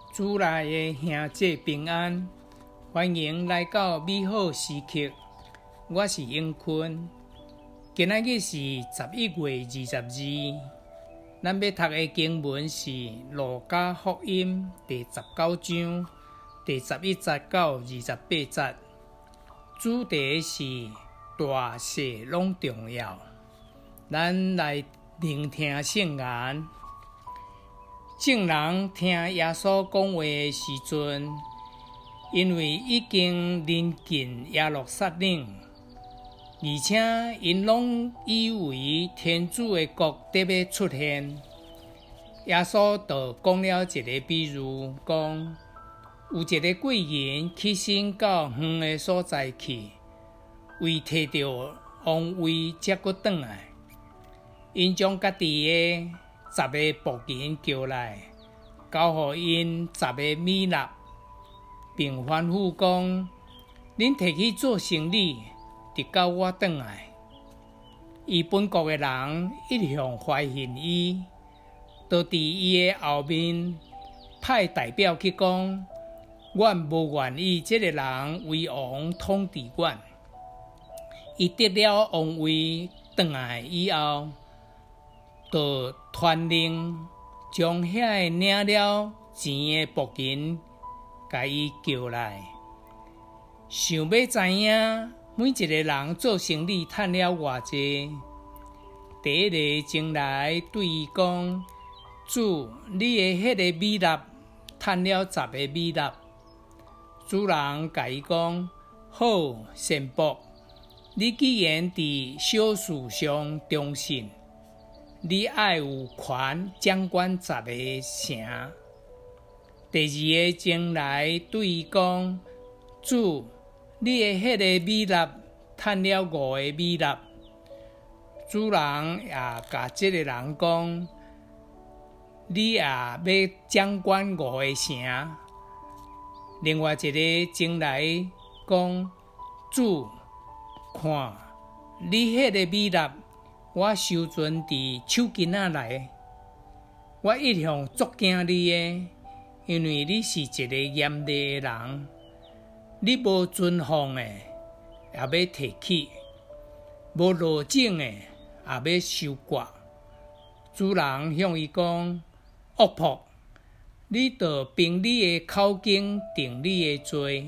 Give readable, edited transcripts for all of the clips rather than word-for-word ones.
主内的兄姐平安，欢迎来到美好时刻。我是永坤，今仔日是11月22，咱要读的经文是《路加福音》第19章第11节到28节，主题是大小拢重要。咱来聆听圣言。众人听耶稣讲话的时阵，因为已经临近耶路撒冷，而且因拢以为天主的国得要出现，耶稣就讲了一个比喻，讲有一个贵人起身到远的所在去，为摕到王位才阁转来，因将家己的10个仆人叫来，交予因10个米纳，并吩咐讲：恁摕去做生意，直到我转来。伊本国的人一向怀疑伊，就伫伊的后面派代表去讲：阮无愿意这个人为王统治阮。伊得了王位转来以后，就传令将遐个领了钱的仆人，甲伊叫来，想要知影每一个人做生意趁了偌济。第一个前来对伊讲：主，你的迄个米纳趁了10个米纳。主人甲伊讲：好，善仆，你既然伫小事上忠信，你爱有权掌管10个城。第二个前来对伊讲：主，你的迄个米纳趁了5个米纳。主人也甲这个人讲：你也要掌管5个城。另外一个前来讲：主，看，你迄个米纳我收存伫手巾仔内，我一向足惊你的，因为你是一个严厉的人，你无尊奉的也要提起，无落井的也要收割。主人向伊讲：恶仆，你着凭你的口径定你的罪。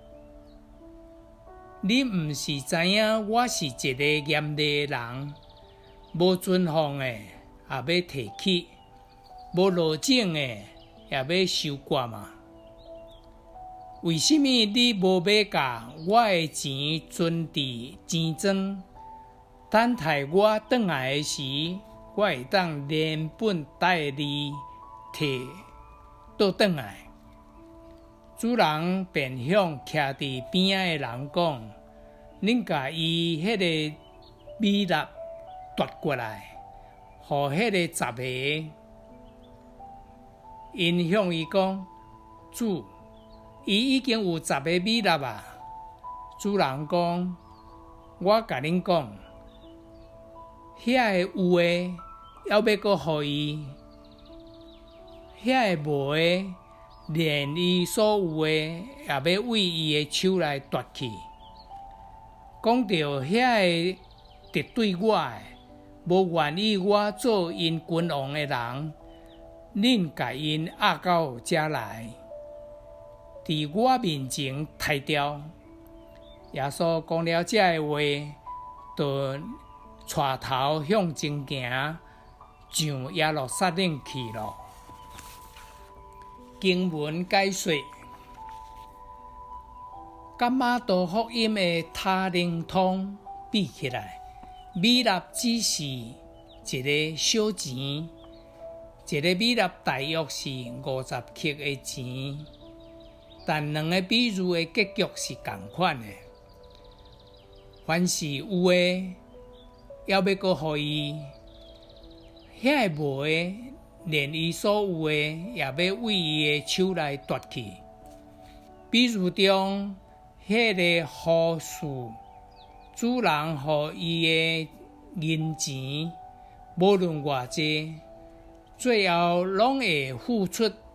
你毋是知影我是一个严厉的人，无尊奉的也要提起，无落井的也要收割嘛？为什么你无要甲我的钱存伫钱庄，等待我转来的时，我会当连本带利摕倒转来？主人便向徛伫边仔的人讲：恁甲伊迄个米纳夺过来，予迄个10个。因向伊讲：主，伊已经有10个米纳啊。主人讲：我甲恁讲，遐个有诶，还要阁予伊；遐个无诶，连伊所有诶，也要为伊诶手内夺去。讲到遐个敌对我诶，无愿意我做因君王诶人，恁甲因押到遮来，伫我面前杀掉。耶稣讲了这个话，就带头向前行，上耶路撒冷去了。经文解说：甲马竇福音的塔灵通比起来，米纳只是一个小钱，一个米纳大约是50克的钱，但两个比喻的结局是同款的。凡是有的，要阁予伊；遐个无的，连伊所有的也要为伊的手内夺去。比喻中，迄个护士主人予伊的银钱，无论偌济，最后拢会付出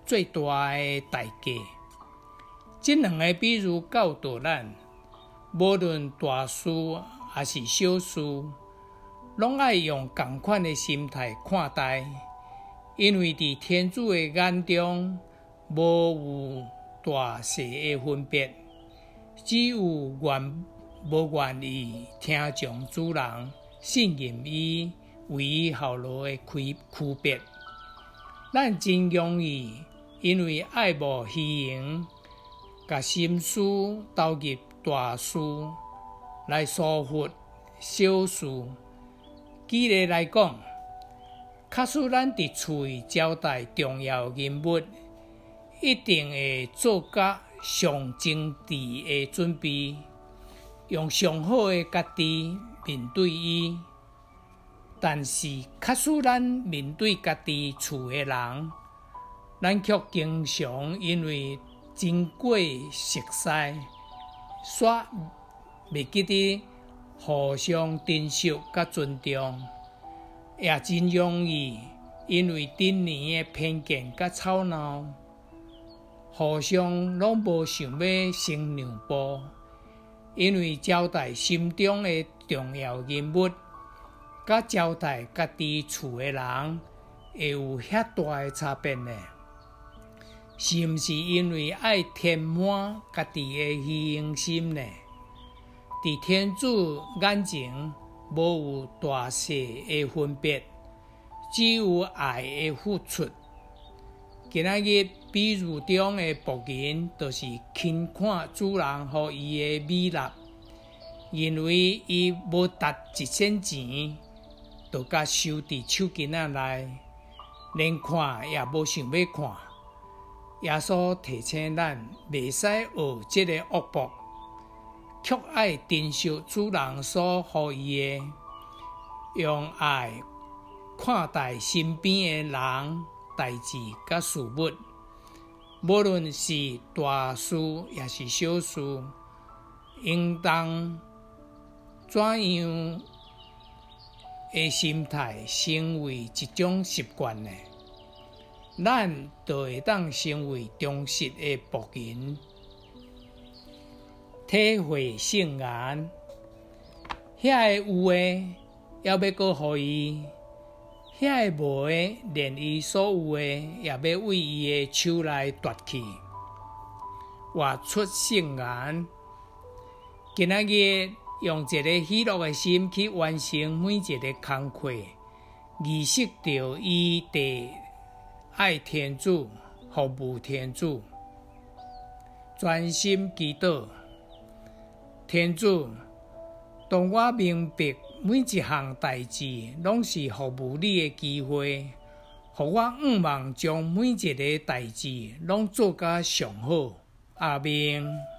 最大的代价。这两个比喻教导咱，无论大事还是小事，拢爱用同款的心态看待，因为伫天主的眼中，无有大小的分别，只有无愿意听从主人、信任伊、为伊效劳的区别。咱真容易因为爱慕虚荣，把心思投入大事，来疏忽小事。举例来讲，假使咱伫厝里招待重要人物，一定会做甲上精致的准备，用上好的家己面对伊。但是，假使咱面对家己厝的人，咱却经常因为珍贵熟悉，煞袂记得互相珍惜甲尊重，也真容易因为顶年的偏见甲吵闹，互相拢无想要先让步，因为招待心中的重要人物，甲招待家己厝的人，会有遐大的差别呢？是毋是因为爱填满家己的虚荣心呢？伫天主眼前，无有大小的分别，只有爱的付出。今仔日比喻中的仆人，就是轻看主人予伊的美纳，因为伊无值1仙钱，就甲收伫手巾仔内，连看也无想要看。耶稣提醒咱，袂使学这个恶仆，却爱珍惜主人所予伊的，用爱看待身边的人、代志甲事物，无论是大事也是小事，应当怎样的心态成为一种习惯呢？咱就会当成为忠实的仆人，体会圣言。遐个有诶，要搁互伊；遐个无诶，连伊所有诶，也要为伊诶手内夺去。活出圣言。今仔日用一个喜乐诶心去完成每一个工课，意识到伊伫爱天主、服务天主，专心祈祷。天主，当我明白每一项代志拢是服务你的机会，互我毋忘将每一个代志拢做甲上好。阿们。